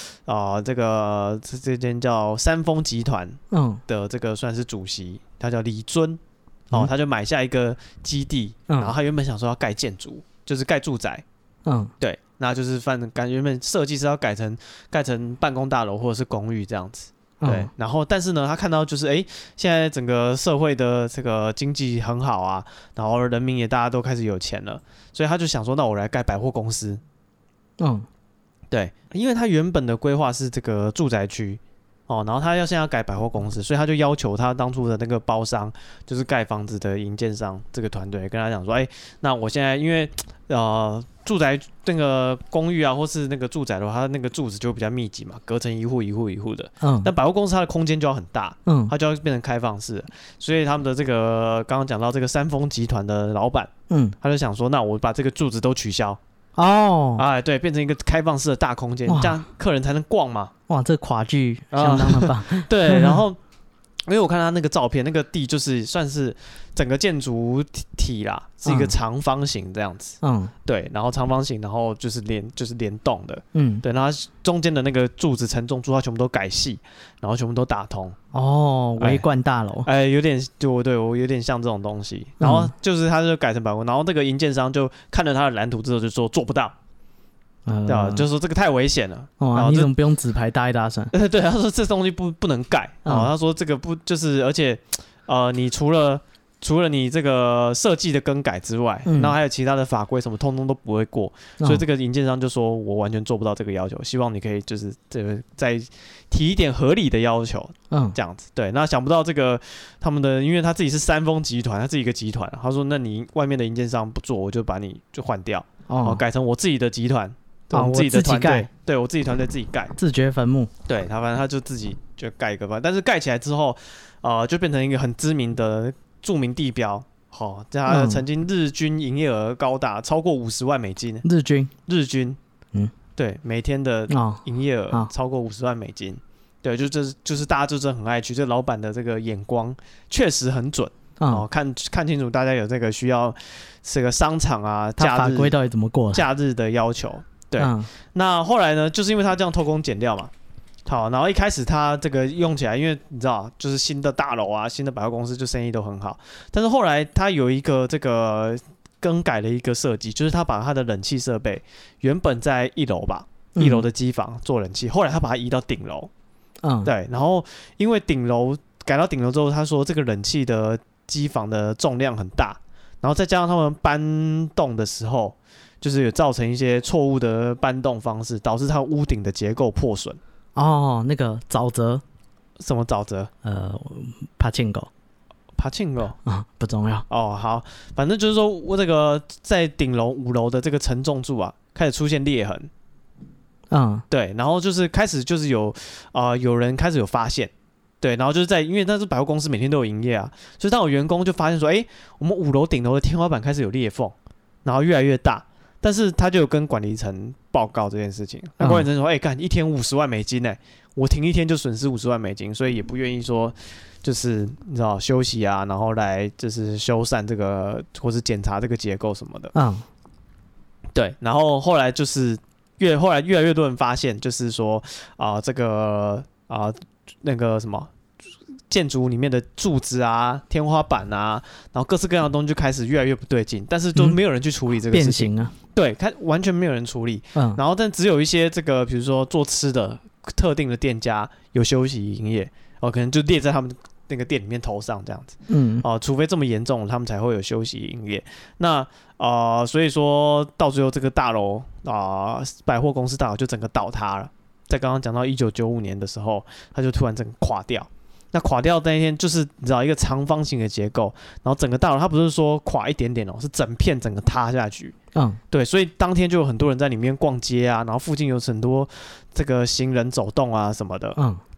间叫三丰集团的这个算是主席，他叫李尊，他就买下一个基地，然后他原本想说要盖建筑，就是盖住宅，对，那就是原本设计是要盖成办公大楼或者是公寓这样子，对，然后但是呢，他看到就是现在整个社会的这个经济很好啊，然后人民也大家都开始有钱了，所以他就想说，那我来盖百货公司，对，因为他原本的规划是这个住宅区，然后他现在要改百货公司，所以他就要求他当初的那个包商，就是盖房子的营建商这个团队，跟他讲说，那我现在因为住宅那个公寓啊，或是那个住宅的话，它那个柱子就比较密集嘛，隔成一户一户一户的，但百货公司它的空间就要很大，它就要变成开放式，所以他们的这个刚刚讲到这个三丰集团的老板，他就想说，那我把这个柱子都取消。对，变成一个开放式的大空间，这样客人才能逛嘛。哇， 这跨距相当的棒。 对，然后因为我看他那个照片，那个地就是算是整个建筑体啦，是一个长方形这样子。对，然后长方形，然后就是联动的。对，然后中间的那个柱子承重柱，它全部都改细，然后全部都打通。 微冠大楼。 有点我有点像这种东西。然后就是他就改成百货，然后这个营建商就看了他的蓝图之后就说做不到。对啊，就说这个太危险了。 你怎么不用纸牌搭一搭算？ 对，他说这东西不能盖。他说这个不就是，而且你除了你这个设计的更改之外，然后还有其他的法规什么，通通都不会过。所以这个营建商就说我完全做不到这个要求，希望你可以就是再提一点合理的要求，这样子。对，那想不到这个他们的，因为他自己是三丰集团，他自己一个集团，他说那你外面的营建商不做，我就把你就换掉，改成我自己的集团。我自己的团队，对我自己团队自己盖， 自掘坟墓。 对他，反正他就自己就盖一个吧。但是盖起来之后，就变成一个很知名的著名地标。他曾经日均营业额高达超过50万美金。日均，对，每天的营业额超过50万美金。对，就是大家就真的很爱去，这老板的这个眼光确实很准。看清楚，大家有这个需要这个商场啊， 他法规到底怎么过？ 假日的要求。对，那后来呢，就是因为他这样偷工减料嘛，然后一开始他这个用起来，因为你知道，就是新的大楼啊，新的百货公司就生意都很好，但是后来他有一个这个更改了一个设计，就是他把他的冷气设备原本在1楼吧，1楼的机房做冷气，后来他把它移到顶楼，对，然后因为改到顶楼之后，他说这个冷气的机房的重量很大，然后再加上他们搬动的时候。就是有造成一些错误的搬动方式，导致它屋顶的结构破损。 那个沼泽， 什么沼泽？ 帕庆狗不重要。 好，反正就是说我这个在顶楼5楼的这个承重柱啊，开始出现裂痕。对，然后就是开始就是有人开始有发现。对，然后就是因为那是百货公司每天都有营业啊，所以当有员工就发现说，我们5楼顶楼的天花板开始有裂缝，然后越来越大。但是他就有跟管理层报告这件事情，那管理层说：“干一天50万美金我停一天就损失50万美金，所以也不愿意说，就是你知道休息啊，然后来就是修缮这个或是检查这个结构什么的。”对，然后后来就是后来越来越多人发现，就是说这个那个什么。建筑里面的柱子啊、天花板啊，然后各式各样的东西就开始越来越不对劲，但是都没有人去处理这个事情。 变形啊， 对，完全没有人处理。然后但只有一些这个，比如说做吃的特定的店家有休息营业，可能就列在他们那个店里面头上这样子。除非这么严重，他们才会有休息营业。那所以说到最后这个大楼百货公司大楼就整个倒塌了。在刚刚讲到1995年的时候，它就突然整个垮掉。那垮掉那一天，就是你知道一个长方形的结构，然后整个大楼它不是说垮一点点是整片整个塌下去。对，所以当天就有很多人在里面逛街啊，然后附近有很多这个行人走动啊什么的。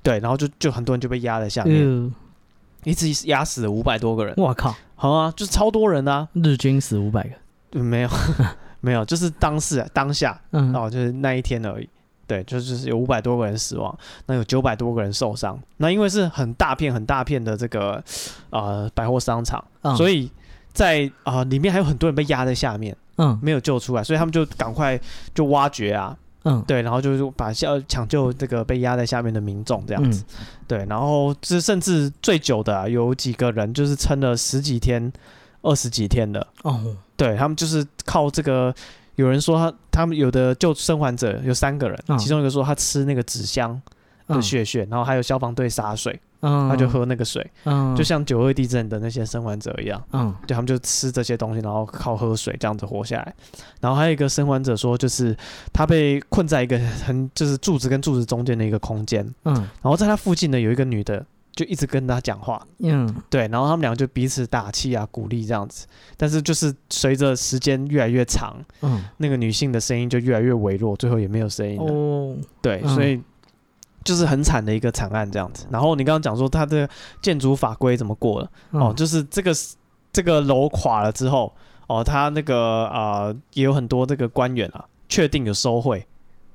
对，然后就很多人就被压在下面，一次压死了500多个人。 哇靠！ 好啊，就是超多人啊， 日均死500个， 没有没有，就是当下，就是那一天而已。对，就是有500多个人死亡，那有900多个人受伤。那因为是很大片的这个百货商场，所以在里面还有很多人被压在下面，没有救出来，所以他们就赶快就挖掘啊。对，然后就是把抢救这个被压在下面的民众这样子，对，然后甚至最久的有几个人就是撑了10几天、20几天的，对，他们就是靠这个，有人说他们有的救生还者有3个人，其中一个说他吃那个纸箱的血，然后还有消防队洒水。他就喝那个水，就像9·2地震的那些生还者一样，对，他们就吃这些东西，然后靠喝水这样子活下来。然后还有一个生还者说，就是他被困在一个就是柱子跟柱子中间的一个空间，然后在他附近呢有一个女的就一直跟他讲话，对，然后他们两个就彼此打气啊鼓励这样子。但是就是随着时间越来越长，那个女性的声音就越来越微弱，最后也没有声音了。对，所以。就是很惨的一个惨案这样子。然后你刚刚讲说他的建筑法规怎么过了，就是这个楼垮了之后，他那个也有很多这个官员啊，确定有收贿。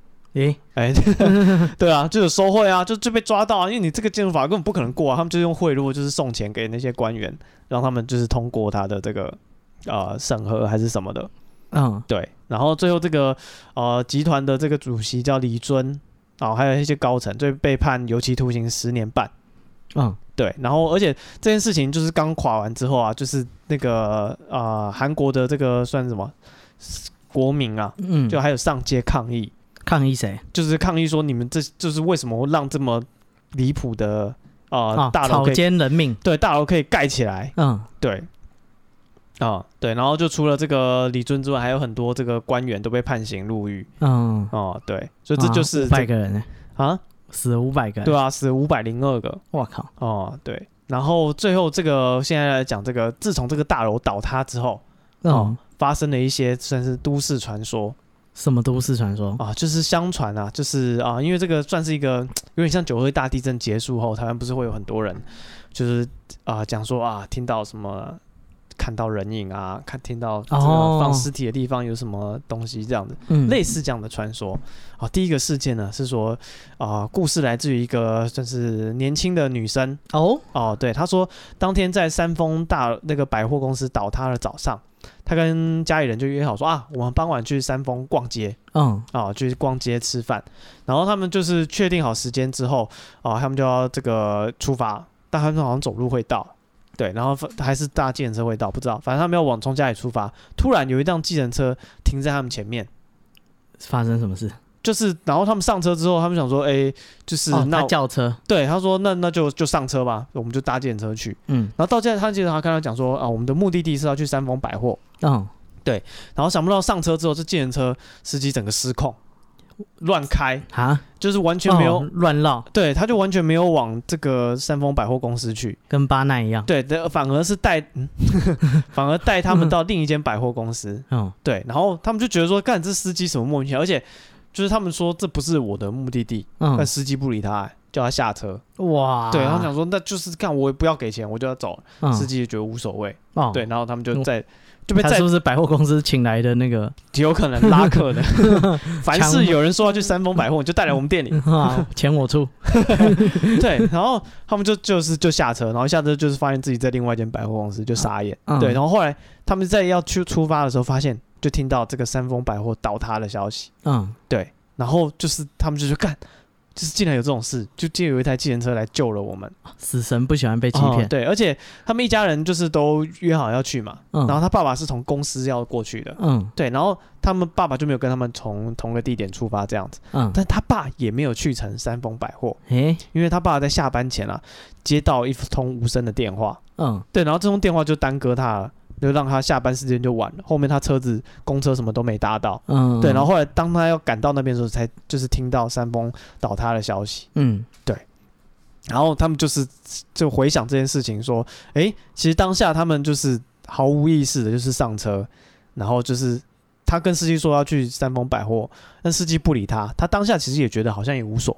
对啊，就有收贿啊，就被抓到啊，因为你这个建筑法根本不可能过啊，他们就用贿赂，就是送钱给那些官员，让他们就是通过他的这个审核还是什么的。对。然后最后这个集团的这个主席叫李尊。还有一些高层就被判有期徒刑10年半。对，然后而且这件事情就是刚垮完之后啊，就是那个韩国的这个算什么国民啊，就还有上街抗议。 抗议谁？ 就是抗议说你们这就是为什么让这么离谱的大楼草菅人命？ 对，大楼可以盖起来。对。对，然后就除了这个李尊之外，还有很多这个官员都被判刑入狱。对，所以这就是 500个人死了500个人。 对啊，死了502个。 哇靠！ 对，然后最后这个现在来讲这个，自从这个大楼倒塌之后，发生了一些算是都市传说。 什么都市传说就是相传啊，就是因为这个算是一个有点像9·2大地震结束后，台湾不是会有很多人就是讲说听到什么。看到人影啊，听到这个放尸体的地方有什么东西这样子，类似这样的传说。第一个事件呢是说，故事来自于一个算是年轻的女生。对，她说当天在三丰那个百货公司倒塌的早上，她跟家里人就约好说我们傍晚去三丰逛街，去逛街吃饭。然后他们就是确定好时间之后，他们就要这个出发，但他们好像走路会到。对，然后还是搭计程车会到，不知道，反正他们要从家里出发，突然有一辆计程车停在他们前面， 发生什么事？ 就是，然后他们上车之后，他们想说，就是他叫车， 对，他说那就上车吧，我们就搭计程车去，然后到他记得他跟他讲说我们的目的地是要去三丰百货，对，然后想不到上车之后，这计程车司机整个失控。乱开就是完全没有乱绕， 对，他就完全没有往这个三丰百货公司去， 跟巴奈一样， 对，反而是反而带他们到另一间百货公司，对，然后他们就觉得说，干这司机什么莫名其妙，而且就是他们说这不是我的目的地，但司机不理他，叫他下车， 哇， 对，他想说那就是干我也不要给钱，我就要走，司机也觉得无所谓，对，然后他们就他是不是百货公司请来的那个？ 有可能拉客的。凡是有人说要去三丰百货，你就带来我们店里， 钱我出。 对，然后他们就下车，然后下车就是发现自己在另外一间百货公司，就傻眼。对，然后后来他们在要去出发的时候，发现就听到这个三丰百货倒塌的消息。对，然后就是他们就干。就是竟然有这种事，就竟然有一台计程车来救了我们。 死神不喜欢被欺骗， 对，而且他们一家人就是都约好要去嘛，然後他爸爸是从公司要过去的，对，然后他们爸爸就没有跟他们从同个地点出发这样子，但他爸也没有去成三丰百货，因为他爸爸在下班前接到一通无声的电话，对，然后这通电话就耽搁他了。就让他下班时间就晚了，后面他公车什么都没搭到，对，然后后来当他要赶到那边的时候，才就是听到三丰倒塌的消息，对，然后他们就回想这件事情，说，其实当下他们就是毫无意识的，就是上车，然后就是他跟司机说要去三丰百货，但司机不理他，他当下其实也觉得好像也无所谓，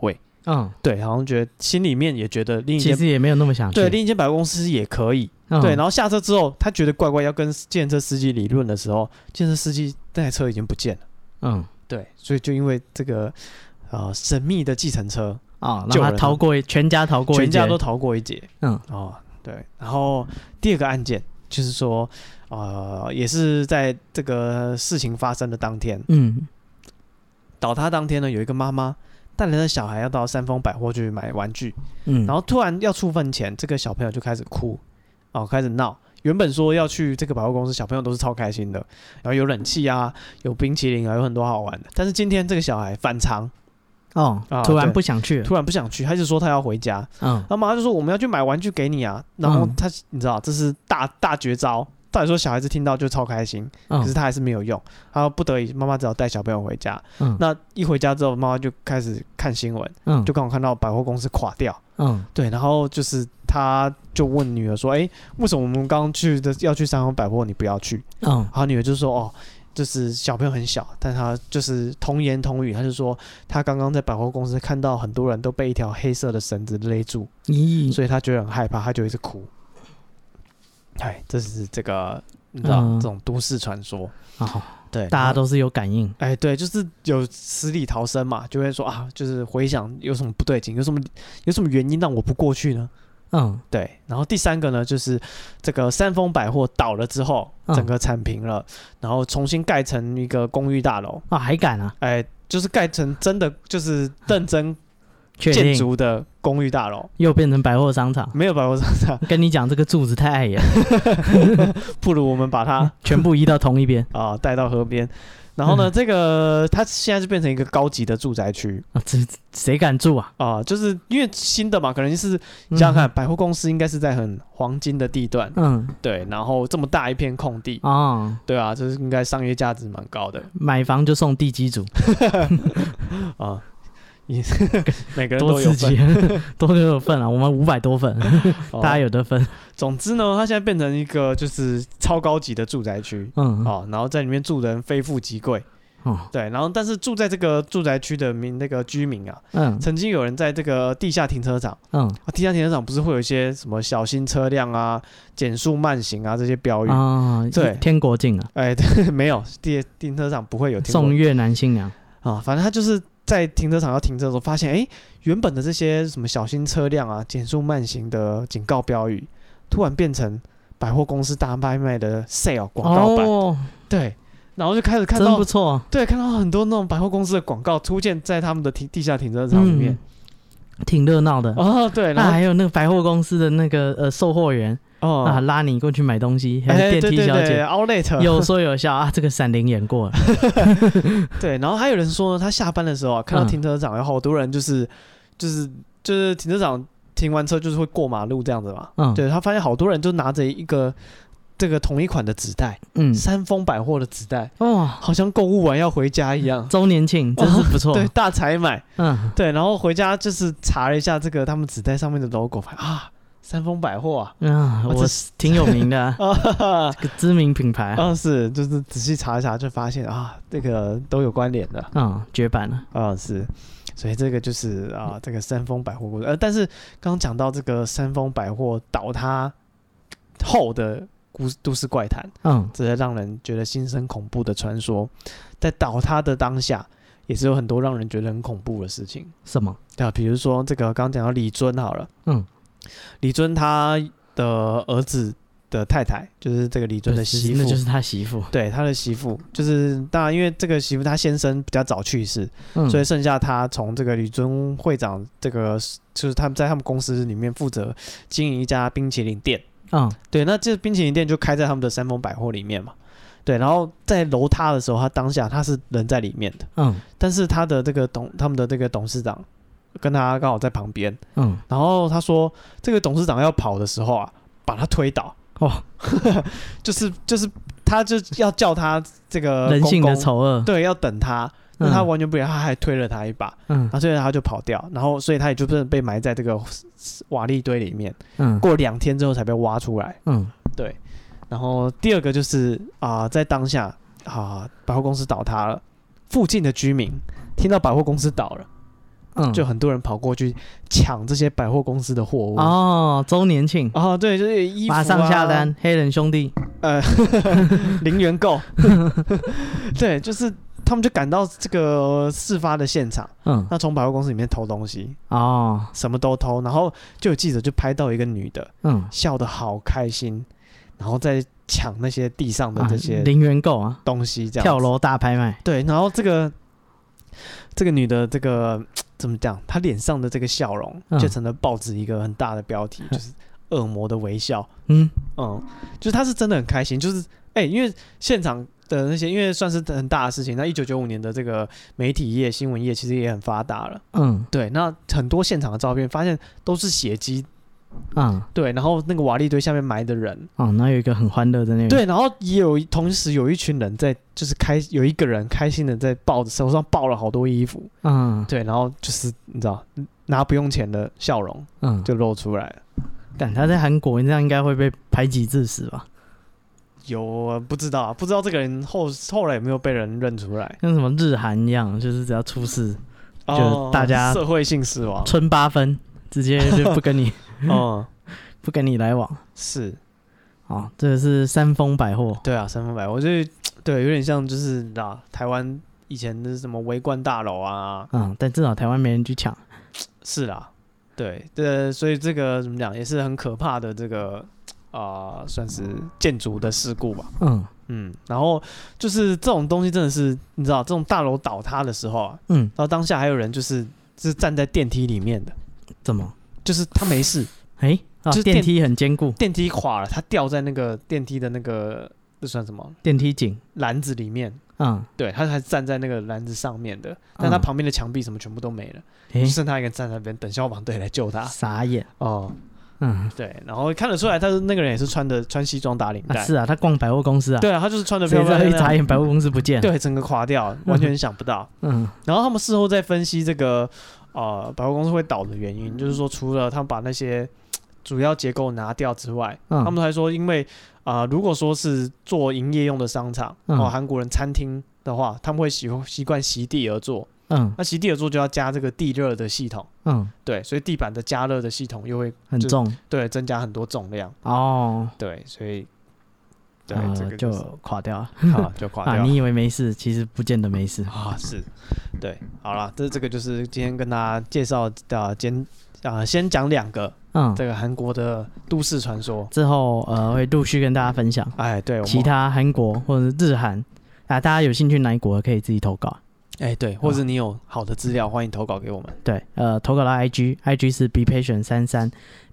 对，好像觉得心里面也觉得另一间其实也没有那么想去， 对，另一间百货公司也可以，对，然后下车之后，他觉得怪怪，要跟计程车司机理论的时候，计程车司机那台车已经不见了，对，所以就因为这个神秘的计程车让他逃过全家逃过一劫， 全家都逃过一劫，对，然后第二个案件就是说，也是在这个事情发生的当天，倒塌当天呢，有一个妈妈带着小孩要到三丰百货去买玩具，然后突然要出分前，这个小朋友就开始哭，开始闹。原本说要去这个百货公司，小朋友都是超开心的，然后有冷气啊，有冰淇淋啊，有很多好玩的。但是今天这个小孩反常， 突然不想去， 他就说他要回家，然后妈妈就说我们要去买玩具给你啊，然后你知道这是大绝招。照理说小孩子听到就超开心，可是他还是没有用，他不得已妈妈只好带小朋友回家。那一回家之后，妈妈就开始看新闻，就刚好看到百货公司垮掉，对，然后就是他就问女儿说：“为什么我们刚去要去三丰百货，你不要去？”然后女儿就说：“哦，就是小朋友很小，但他就是童言童语，他就说他刚刚在百货公司看到很多人都被一条黑色的绳子勒住，所以他觉得很害怕，他就一直哭。”这是这个你知道这种都市传说，对， 大家都是有感应， 对，就是有死里逃生嘛，就会说就是回想有什么不对劲，有什么原因让我不过去呢？对。然后第三个呢，就是这个三丰百货倒了之后，整个铲平了，然后重新盖成一个公寓大楼还敢啊？ 就是盖成真的就是认真建筑的公寓大楼， 又变成百货商场？ 没有百货商场， 跟你讲这个柱子太碍眼， 不如我们把它全部移到同一边带到河边。然后呢，这个它现在就变成一个高级的住宅区这谁敢住啊？ 就是因为新的嘛，可能是你想想看，百货公司应该是在很黄金的地段，对，然后这么大一片空地对啊，就是应该商业价值蛮高的， 买房就送地基组每个人都有份， 都有份啊！我们500多份，大家有得分。 总之呢，它现在变成一个就是超高级的住宅区，然后在里面住人非富即贵，对，然后但是住在这个住宅区的那个居民曾经有人在这个地下停车场，地下停车场不是会有一些什么小心车辆啊、减速慢行啊这些标语对， 天国境对，没有停车场不会有送越南新娘反正他就是在停车场要停车的时候，发现原本的这些什么小心车辆啊、减速慢行的警告标语，突然变成百货公司大拍卖的 sale 广告版，对，然后就开始看到， 真不错， 对，看到很多那种百货公司的广告出现在他们的地下停车场里面， 挺热闹的对，然后还有那个百货公司的那个售货员。拉你过去买东西，还有电梯小姐 ，Outlet 有说有笑这个闪灵演过了。 对，然后还有人说呢，他下班的时候看到停车场有好多人，就是停车场停完车就是会过马路这样子嘛。对，他发现好多人就拿着一个这个同一款的纸袋，三丰百货的纸袋，好像购物完要回家一样。 周年庆真是不错， 对，大采买，对，然后回家就是查了一下这个他们纸袋上面的 logo，三丰百货我挺有名的这个知名品牌是，就是仔细查一查就发现这个都有关联的绝版了是，所以这个就是这个三丰百货故事。但是刚刚讲到这个三丰百货倒塌后的都市怪谈，这些让人觉得心生恐怖的传说，在倒塌的当下也是有很多让人觉得很恐怖的事情。 什么？ 对比如说这个刚刚讲到李尊好了，李尊他的儿子的太太就是这个李尊的媳妇， 那就是他媳妇。 对，他的媳妇就是当然，因为这个媳妇他先生比较早去世，所以剩下他从这个李尊会长这个就是他们在他们公司里面负责经营一家冰淇淋店。对，那这冰淇淋店就开在他们的三丰百货里面嘛。对，然后在楼塌的时候，他当下他是人在里面的，但是他的这个他们的这个董事长跟他刚好在旁边，然后他说这个董事长要跑的时候把他推倒，就是他就要叫他这个人性的丑恶， 对，要等他，那他完全不理，他还推了他一把，然后所以他就跑掉，然后所以他也就被埋在这个瓦砾堆里面，过2天之后才被挖出来，对。然后第二个就是在当下百货公司倒塌了，附近的居民听到百货公司倒了， 就很多人跑过去抢这些百货公司的货物。 周年庆对，就是衣服马上下单，黑人兄弟零元购，对，就是他们就赶到这个事发的现场，那从百货公司里面偷东西什么都偷，然后就有记者就拍到一个女的，笑得好开心，然后在抢那些地上的这些零元购东西，这样跳楼大拍卖。 对，然后这个女的这个怎么讲？她脸上的这个笑容，就成了报纸一个很大的标题，就是恶魔的微笑。就是她是真的很开心，就是因为现场的那些，因为算是很大的事情。那1995年的这个媒体业、新闻业其实也很发达了。对，那很多现场的照片发现都是血迹。对，然后那个瓦砾堆下面埋的人， 那有一个很欢乐的那个， 对，然后同时有一群人在，就是有一个人开心的在手上抱了好多衣服，对，然后就是你知道拿不用钱的笑容，就露出来了。 但他在韩国这样应该会被排挤致死吧？ 不知道这个人后来有没有被人认出来？ 像什么日韩一样，就是只要出事，就大家社会性死亡， 春8分，直接就不跟你。不跟你来往是， 这个是三丰百货， 对啊，三丰百货就是对，有点像就是台湾以前的什么维冠大楼啊， 但至少台湾没人去抢， 是啦，对，所以这个怎么讲也是很可怕的这个算是建筑的事故吧，然后就是这种东西真的是你知道，这种大楼倒塌的时候然后当下还有人就是站在电梯里面的， 怎么？ 就是他没事， 就是电梯很坚固， 电梯垮了，他掉在那个电梯的那个这算什么？ 电梯井篮子里面，对，他还站在那个篮子上面的，但他旁边的墙壁什么全部都没了，就剩他一个人站在那边等消防队来救他， 傻眼对，然后看得出来，那个人也是穿西装打领带， 是啊，他逛百货公司对啊，他就是穿的漂漂亮亮， 一眨眼百货公司不见了， 对，整个垮掉，完全想不到，然后他们事后再分析这个。百货公司会倒的原因，就是说除了他们把那些主要结构拿掉之外，他们还说，因为如果说是做营业用的商场，韩国人餐厅的话，他们会习惯席地而坐，那席地而坐就要加这个地热的系统，对，所以地板的加热的系统又会很重， 对，增加很多重量，对，所以。对，这个就垮掉了， 就垮掉了。 你以为没事，其实不见得没事是，对，好了，这个就是今天跟大家介绍的，先讲2个，这个韩国的都市传说， 之后会陆续跟大家分享。 对， 其他韩国或者日韩大家有兴趣哪一国可以自己投稿。 对，或者你有好的资料，欢迎投稿给我们。 对，投稿到 IG 是 bepatient33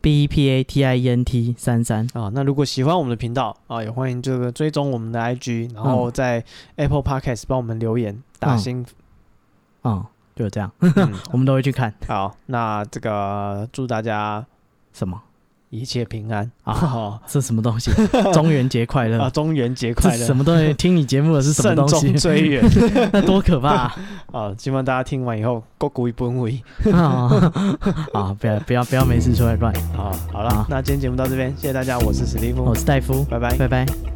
BEPATIENT33 那如果喜欢我们的频道也欢迎这个追踪我们的 IG， 然后在 Apple Podcast 帮我们留言打星， 就这样，我们都会去看。 好，那这个祝大家什么？ 一切平安这什么东西？中元节快乐中元节快乐！ 什么东西？听你节目的是什么东西？ 慎终追远， 那多可怕希望大家听完以后各归本位不要没事出来乱好了，那今天节目到这边，谢谢大家，我是史蒂夫， 我是戴夫， 拜拜， 拜拜。